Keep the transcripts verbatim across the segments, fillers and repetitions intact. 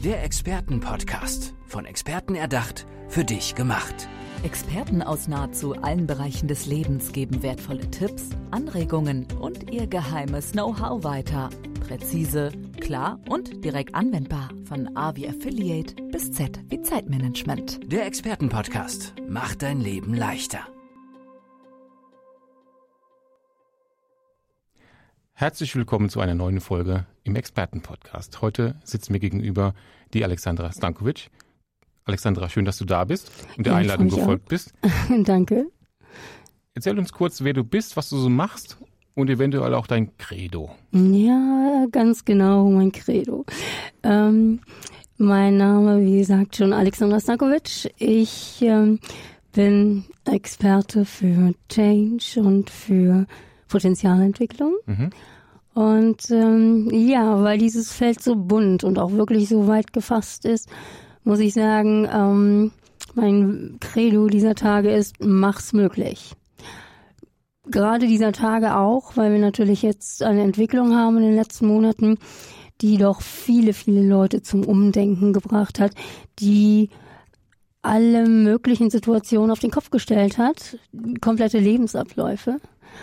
Der Experten-Podcast. Von Experten erdacht, für dich gemacht. Experten aus nahezu allen Bereichen des Lebens geben wertvolle Tipps, Anregungen und ihr geheimes Know-how weiter. Präzise, klar und direkt anwendbar. Von A wie Affiliate bis Z wie Zeitmanagement. Der Experten-Podcast macht dein Leben leichter. Herzlich willkommen zu einer neuen Folge im Experten-Podcast. Heute sitzt mir gegenüber die Alexandra Stankovic. Alexandra, schön, dass du da bist und der ja, Einladung gefolgt auch. bist. Danke. Erzähl uns kurz, wer du bist, was du so machst und eventuell auch dein Credo. Ja, ganz genau, mein Credo. Ähm, mein Name, wie gesagt, schon Alexandra Stankovic. Ich ähm, bin Experte für Change und für Potenzialentwicklung. Mhm. Und ähm, ja, weil dieses Feld so bunt und auch wirklich so weit gefasst ist, muss ich sagen, ähm, mein Credo dieser Tage ist, mach's möglich. Gerade dieser Tage auch, weil wir natürlich jetzt eine Entwicklung haben in den letzten Monaten, die doch viele, viele Leute zum Umdenken gebracht hat, die alle möglichen Situationen auf den Kopf gestellt hat, komplette Lebensabläufe,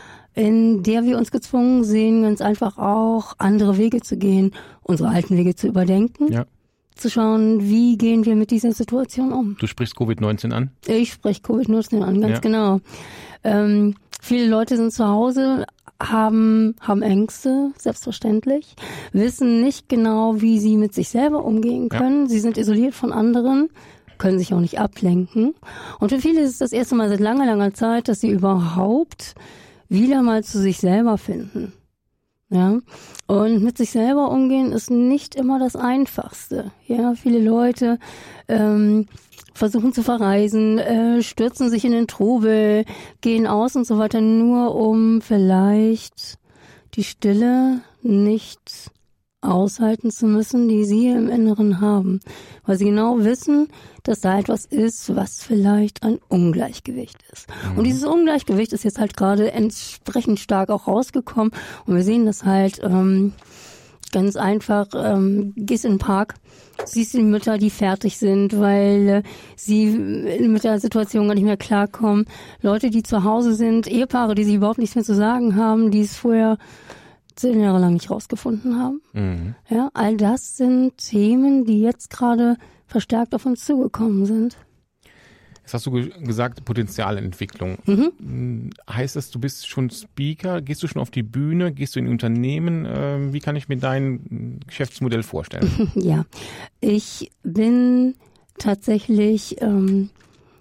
in der wir uns gezwungen sehen, ganz einfach auch andere Wege zu gehen, unsere alten Wege zu überdenken, ja. zu schauen, wie gehen wir mit dieser Situation um. Du sprichst Covid neunzehn an? Ich spreche Covid neunzehn an, ganz ja. genau. Ähm, viele Leute sind zu Hause, haben, haben Ängste, selbstverständlich, wissen nicht genau, wie sie mit sich selber umgehen können. Ja. Sie sind isoliert von anderen, können sich auch nicht ablenken. Und für viele ist es das erste Mal seit langer, langer Zeit, dass sie überhaupt wieder mal zu sich selber finden. Ja, und mit sich selber umgehen ist nicht immer das Einfachste. Ja, viele Leute ähm, versuchen zu verreisen, äh, stürzen sich in den Trubel, gehen aus und so weiter, nur um vielleicht die Stille nicht aushalten zu müssen, die sie im Inneren haben. Weil sie genau wissen, dass da etwas ist, was vielleicht ein Ungleichgewicht ist. Mhm. Und dieses Ungleichgewicht ist jetzt halt gerade entsprechend stark auch rausgekommen. Und wir sehen das halt ähm, ganz einfach, ähm, gehst in den Park, siehst die Mütter, die fertig sind, weil äh, sie mit der Situation gar nicht mehr klarkommen. Leute, die zu Hause sind, Ehepaare, die sich überhaupt nichts mehr zu sagen haben, die es vorher zehn Jahre lang nicht rausgefunden haben. Mhm. Ja, all das sind Themen, die jetzt gerade verstärkt auf uns zugekommen sind. Jetzt hast du ge- gesagt, Potenzialentwicklung. Mhm. Heißt das, du bist schon Speaker? Gehst du schon auf die Bühne? Gehst du in Unternehmen? Äh, wie kann ich mir dein Geschäftsmodell vorstellen? Ja, ich bin tatsächlich, ähm,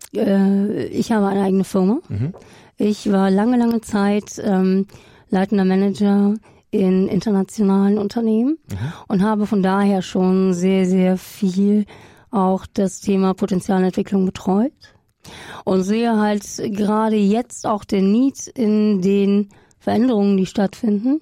äh, ich habe eine eigene Firma. Mhm. Ich war lange, lange Zeit ähm, leitender Manager in internationalen Unternehmen mhm. und habe von daher schon sehr, sehr viel auch das Thema Potenzialentwicklung betreut und sehe halt gerade jetzt auch den Need in den Veränderungen, die stattfinden,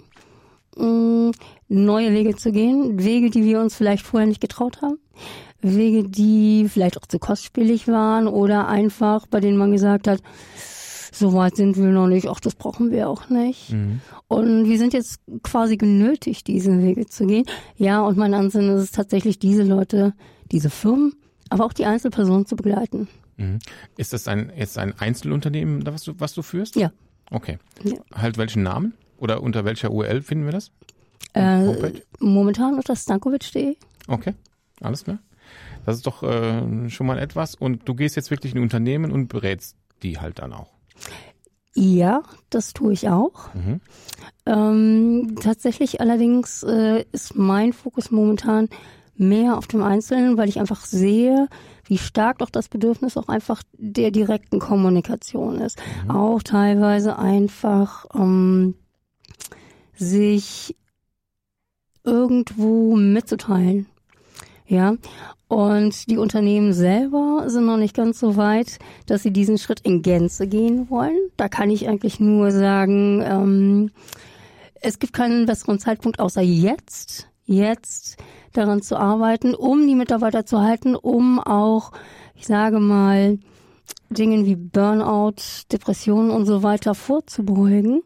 neue Wege zu gehen, Wege, die wir uns vielleicht vorher nicht getraut haben, Wege, die vielleicht auch zu kostspielig waren oder einfach, bei denen man gesagt hat, so weit sind wir noch nicht, ach, das brauchen wir auch nicht. Mhm. Und wir sind jetzt quasi genötigt, diese Wege zu gehen. Ja, und mein Ansinnen ist es tatsächlich, diese Leute, diese Firmen, aber auch die Einzelpersonen zu begleiten. Mhm. Ist das ein, jetzt ein Einzelunternehmen, was du, was du führst? Ja. Okay. Ja. Halt welchen Namen? Oder unter welcher U R L finden wir das? Äh, momentan unter stankovic punkt de. Okay, alles klar. Das ist doch äh, schon mal etwas. Und du gehst jetzt wirklich in Unternehmen und berätst die halt dann auch. Ja, das tue ich auch. Mhm. Ähm, tatsächlich allerdings äh, ist mein Fokus momentan mehr auf dem Einzelnen, weil ich einfach sehe, wie stark doch das Bedürfnis auch einfach der direkten Kommunikation ist. Mhm. Auch teilweise einfach ähm, sich irgendwo mitzuteilen. Ja, und die Unternehmen selber sind noch nicht ganz so weit, dass sie diesen Schritt in Gänze gehen wollen. Da kann ich eigentlich nur sagen, ähm, es gibt keinen besseren Zeitpunkt außer jetzt, jetzt daran zu arbeiten, um die Mitarbeiter zu halten, um auch, ich sage mal, Dingen wie Burnout, Depressionen und so weiter vorzubeugen.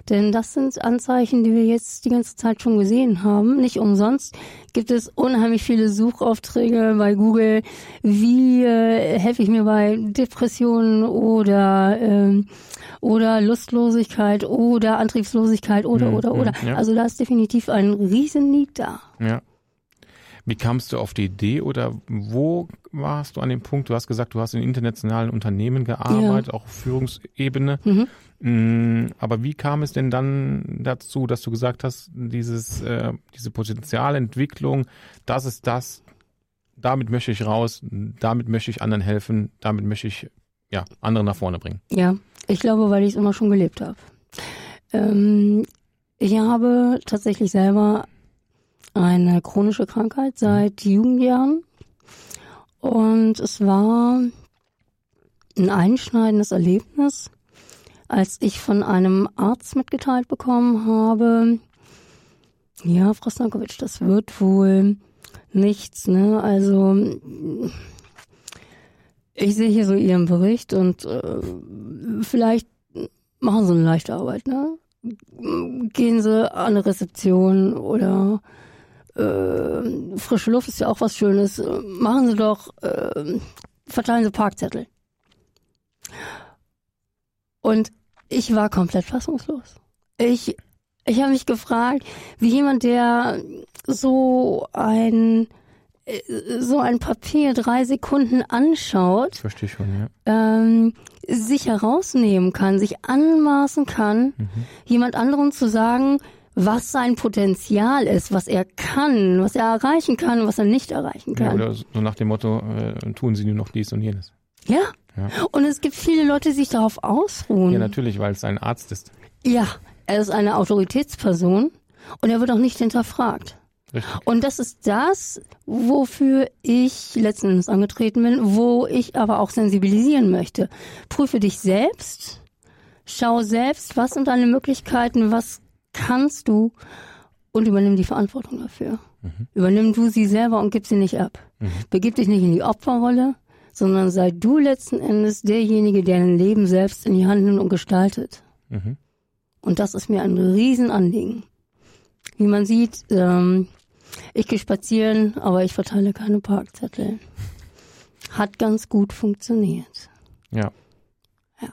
Denn das sind Anzeichen, die wir jetzt die ganze Zeit schon gesehen haben. Nicht umsonst gibt es unheimlich viele Suchaufträge bei Google. Wie äh, helfe ich mir bei Depressionen oder ähm, oder Lustlosigkeit oder Antriebslosigkeit oder Mhm, oder oder. ja. Also da ist definitiv ein riesen Need da. Ja. Wie kamst du auf die Idee oder wo warst du an dem Punkt? Du hast gesagt, du hast in internationalen Unternehmen gearbeitet, Ja. auch auf Führungsebene. Mhm. Mm, Aber wie kam es denn dann dazu, dass du gesagt hast, dieses, äh, diese Potenzialentwicklung, das ist das, damit möchte ich raus, damit möchte ich anderen helfen, damit möchte ich ja, andere nach vorne bringen? Ja, ich glaube, weil ich es immer schon gelebt habe. Ähm, ich habe tatsächlich selber eine chronische Krankheit seit Jugendjahren und es war ein einschneidendes Erlebnis, als ich von einem Arzt mitgeteilt bekommen habe, ja, Frau Stankovic, das wird wohl nichts, ne? Also ich sehe hier so Ihren Bericht und äh, vielleicht machen Sie eine leichte Arbeit, ne? Gehen Sie an eine Rezeption oder äh, frische Luft ist ja auch was Schönes. Machen Sie doch, äh, verteilen Sie Parkzettel. Und ich war komplett fassungslos. Ich, ich habe mich gefragt, wie jemand, der so ein so ein Papier drei Sekunden anschaut, Verstehe schon, ja. ähm, sich herausnehmen kann, sich anmaßen kann, Mhm. jemand anderem zu sagen, was sein Potenzial ist, was er kann, was er erreichen kann, was er nicht erreichen Ja, kann. oder so nach dem Motto, äh, tun Sie nur noch dies und jenes. Ja. Ja. Und es gibt viele Leute, die sich darauf ausruhen. Ja, natürlich, weil es ein Arzt ist. Ja, er ist eine Autoritätsperson und er wird auch nicht hinterfragt. Richtig. Und das ist das, wofür ich letzten Endes angetreten bin, wo ich aber auch sensibilisieren möchte. Prüfe dich selbst, schau selbst, was sind deine Möglichkeiten, was kannst du und übernimm die Verantwortung dafür. Mhm. Übernimm du sie selber und gib sie nicht ab. Mhm. Begib dich nicht in die Opferrolle, sondern sei du letzten Endes derjenige, der dein Leben selbst in die Hand nimmt und gestaltet. Mhm. Und das ist mir ein Riesenanliegen. Wie man sieht, ähm, ich gehe spazieren, aber ich verteile keine Parkzettel. Hat ganz gut funktioniert. Ja. Ja.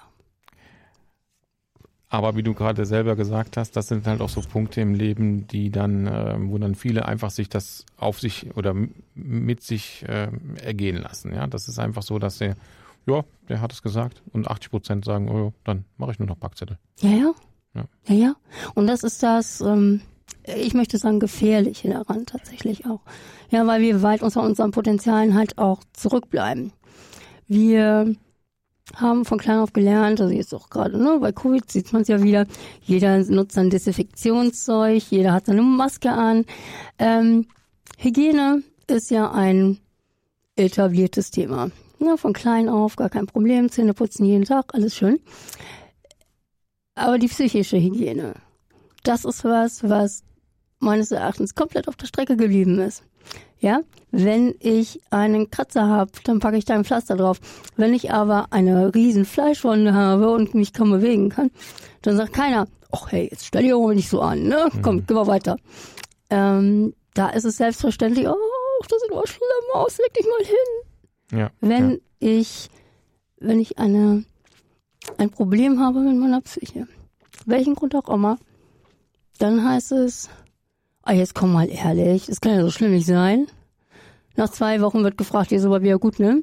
Aber wie du gerade selber gesagt hast, das sind halt auch so Punkte im Leben, die dann, äh, wo dann viele einfach sich das auf sich oder m- mit sich äh, ergehen lassen. Ja, das ist einfach so, dass der, ja, der hat es gesagt und achtzig Prozent sagen, oh ja, dann mache ich nur noch Parkzettel. Ja, ja. Ja. Ja, ja. Und das ist das, ähm, ich möchte sagen, gefährliche daran tatsächlich auch. Ja, weil wir weit unter unseren Potenzialen halt auch zurückbleiben. Wir haben von klein auf gelernt, also jetzt auch gerade, ne, bei Covid sieht man es ja wieder, jeder nutzt ein Desinfektionszeug, jeder hat seine Maske an. Ähm, Hygiene ist ja ein etabliertes Thema. Ne, von klein auf, gar kein Problem, Zähne putzen jeden Tag, alles schön. Aber die psychische Hygiene, das ist was, was meines Erachtens komplett auf der Strecke geblieben ist. Ja, wenn ich einen Kratzer habe, dann packe ich da ein Pflaster drauf. Wenn ich aber eine riesen Fleischwunde habe und mich kaum bewegen kann, dann sagt keiner, ach hey, jetzt stell dich aber nicht so an, ne? Komm, Mhm. geh mal weiter. Ähm, da ist es selbstverständlich, oh, das sieht aber schlimm aus, leg dich mal hin. Ja. Wenn ja. ich, wenn ich eine, ein Problem habe mit meiner Psyche, welchen Grund auch immer, dann heißt es, ah, jetzt komm mal ehrlich, es kann ja so schlimm nicht sein. Nach zwei Wochen wird gefragt, ist aber wieder gut, ne?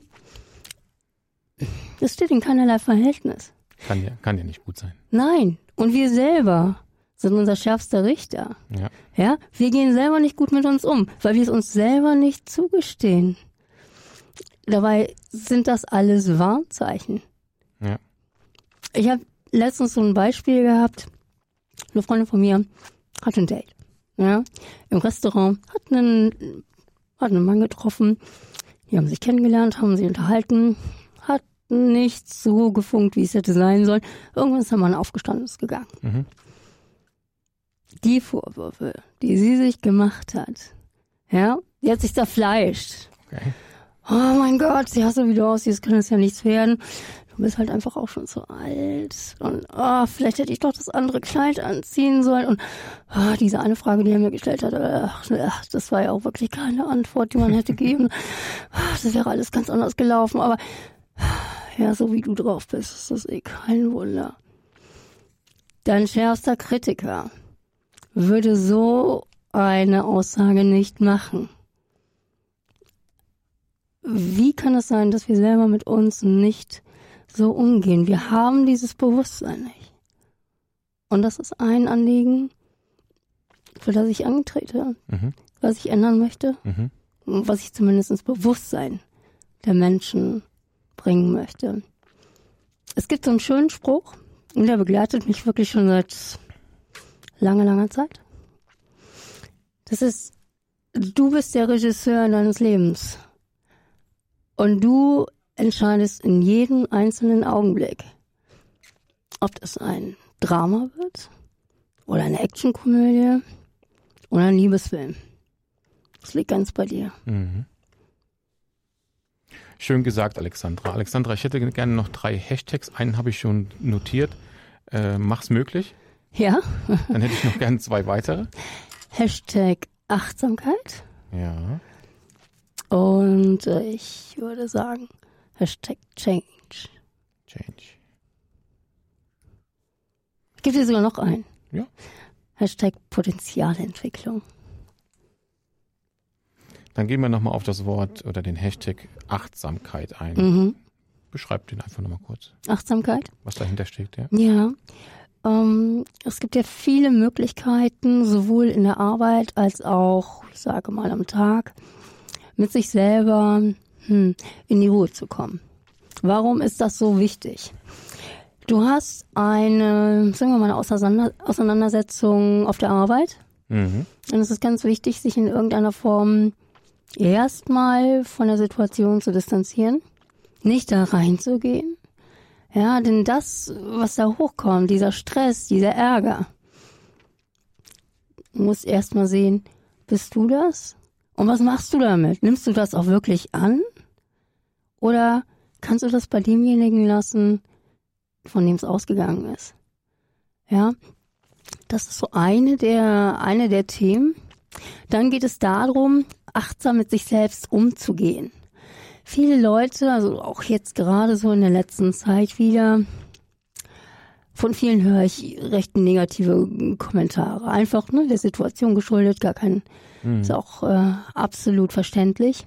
Das steht in keinerlei Verhältnis. Kann ja, kann ja nicht gut sein. Nein. Und wir selber sind unser schärfster Richter. Ja. Ja? Wir gehen selber nicht gut mit uns um, weil wir es uns selber nicht zugestehen. Dabei sind das alles Warnzeichen. Ja. Ich habe letztens so ein Beispiel gehabt. Eine Freundin von mir hat ein Date. Ja, im Restaurant, hat einen, hat einen Mann getroffen. Die haben sich kennengelernt, haben sich unterhalten. Hat nicht so gefunkt, wie es hätte sein sollen. Irgendwann ist der Mann aufgestanden und ist gegangen. Mhm. Die Vorwürfe, die sie sich gemacht hat, ja, die hat sich zerfleischt. Okay. Oh mein Gott, sie hast so wie du aussiehst, kann es ja nichts werden. du bist halt einfach auch schon zu alt und oh, vielleicht hätte ich doch das andere Kleid anziehen sollen und oh, diese eine Frage, die er mir gestellt hat, ach, ach, das war ja auch wirklich keine Antwort, die man hätte geben. Das wäre alles ganz anders gelaufen, aber ja, so wie du drauf bist, ist das eh kein Wunder. Dein schärfster Kritiker würde so eine Aussage nicht machen. Wie kann es sein, dass wir selber mit uns nicht so umgehen? Wir haben dieses Bewusstsein nicht. Und das ist ein Anliegen, für das ich angetreten, mhm. was ich ändern möchte, mhm. was ich zumindest ins Bewusstsein der Menschen bringen möchte. Es gibt so einen schönen Spruch, und der begleitet mich wirklich schon seit langer, langer Zeit. Das ist, du bist der Regisseur deines Lebens. Und du entscheidest in jedem einzelnen Augenblick, ob das ein Drama wird oder eine Actionkomödie oder ein Liebesfilm. Das liegt ganz bei dir. Mhm. Schön gesagt, Alexandra. Alexandra, ich hätte gerne noch drei Hashtags. Einen habe ich schon notiert. Äh, mach's möglich. Ja. Dann hätte ich noch gerne zwei weitere. Hashtag Achtsamkeit. Ja. Und äh, ich würde sagen, Hashtag Change. Change. Ich gebe dir sogar noch einen. Ja. Hashtag Potenzialentwicklung. Dann gehen wir nochmal auf das Wort oder den Hashtag Achtsamkeit ein. Mhm. Beschreib den einfach nochmal kurz. Achtsamkeit? Was dahinter steckt, ja. Ja. Ähm, es gibt ja viele Möglichkeiten, sowohl in der Arbeit als auch, ich sage mal, am Tag, mit sich selber hm, in die Ruhe zu kommen. Warum ist das so wichtig? Du hast eine, sagen wir mal, eine Auseinander- Auseinandersetzung auf der Arbeit. Mhm. Und es ist ganz wichtig, sich in irgendeiner Form erstmal von der Situation zu distanzieren, nicht da reinzugehen. Ja, denn das, was da hochkommt, dieser Stress, dieser Ärger, du musst erstmal sehen, bist du das? Und was machst du damit? Nimmst du das auch wirklich an? Oder kannst du das bei demjenigen lassen, von dem es ausgegangen ist? Ja, das ist so eine der, eine der Themen. Dann geht es darum, achtsam mit sich selbst umzugehen. Viele Leute, also auch jetzt gerade so in der letzten Zeit wieder, von vielen höre ich recht negative Kommentare. Einfach ne, der Situation geschuldet, gar kein, mhm. ist auch äh, absolut verständlich.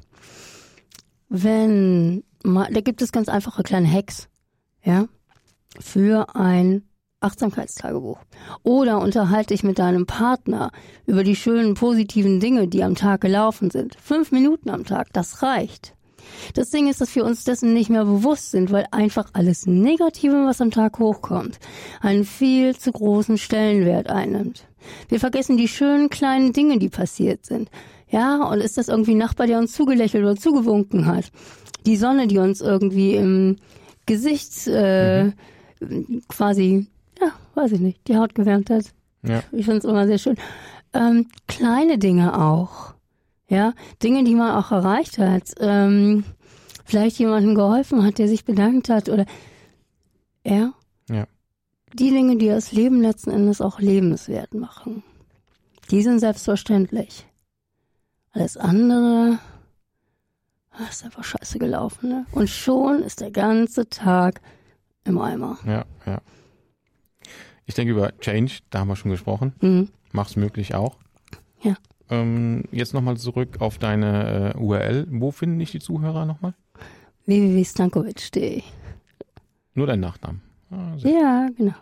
Wenn, mal, da gibt es ganz einfache kleine Hacks, ja, für ein Achtsamkeitstagebuch. Oder unterhalte dich mit deinem Partner über die schönen, positiven Dinge, die am Tag gelaufen sind. Fünf Minuten am Tag, das reicht. Das Ding ist, dass wir uns dessen nicht mehr bewusst sind, weil einfach alles Negative, was am Tag hochkommt, einen viel zu großen Stellenwert einnimmt. Wir vergessen die schönen kleinen Dinge, die passiert sind. Ja, und ist das irgendwie ein Nachbar, der uns zugelächelt oder zugewunken hat? Die Sonne, die uns irgendwie im Gesicht äh, mhm. quasi, ja, weiß ich nicht, die Haut gewärmt hat. Ja. Ich finde es immer sehr schön. Ähm, kleine Dinge auch. Ja, Dinge, die man auch erreicht hat. Ähm, vielleicht jemandem geholfen hat, der sich bedankt hat oder, ja. Ja. Die Dinge, die das Leben letzten Endes auch lebenswert machen. Die sind selbstverständlich. Alles andere, das ist einfach scheiße gelaufen, ne? Und schon ist der ganze Tag im Eimer. Ja, ja. Ich denke über Change, da haben wir schon gesprochen. Mhm. Mach's möglich auch. Ja. Ähm, jetzt nochmal zurück auf deine äh, U R L. Wo finden dich die Zuhörer nochmal? w w w punkt stankovic punkt d e. Nur dein Nachnamen? Ah, ja, genau.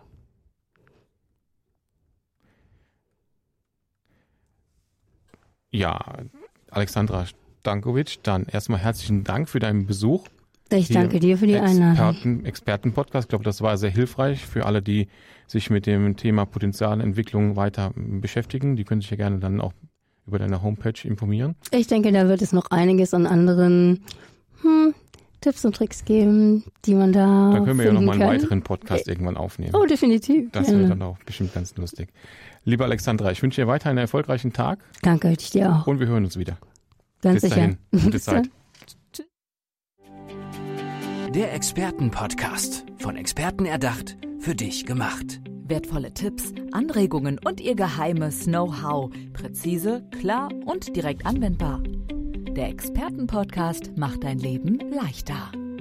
Ja, Alexandra Stankovic, dann erstmal herzlichen Dank für deinen Besuch. Ich danke dir für die Einladung. Experten, Experten-Podcast. Ich glaube, das war sehr hilfreich für alle, die sich mit dem Thema Potenzialentwicklung weiter beschäftigen. Die können sich ja gerne dann auch über deine Homepage informieren. Ich denke, da wird es noch einiges an anderen hm, Tipps und Tricks geben, die man da Da können wir ja nochmal einen kann. weiteren Podcast irgendwann aufnehmen. Oh, definitiv. Das Gerne. wird dann auch bestimmt ganz lustig. Liebe Alexandra, ich wünsche dir weiter einen erfolgreichen Tag. Danke, ich dir auch. Und wir hören uns wieder. Ganz Bis sicher. dahin. Gute Bis Zeit. dann. Der Expertenpodcast. Von Experten erdacht, für dich gemacht. Wertvolle Tipps, Anregungen und ihr geheimes Know-how. Präzise, klar und direkt anwendbar. Der Expertenpodcast macht dein Leben leichter.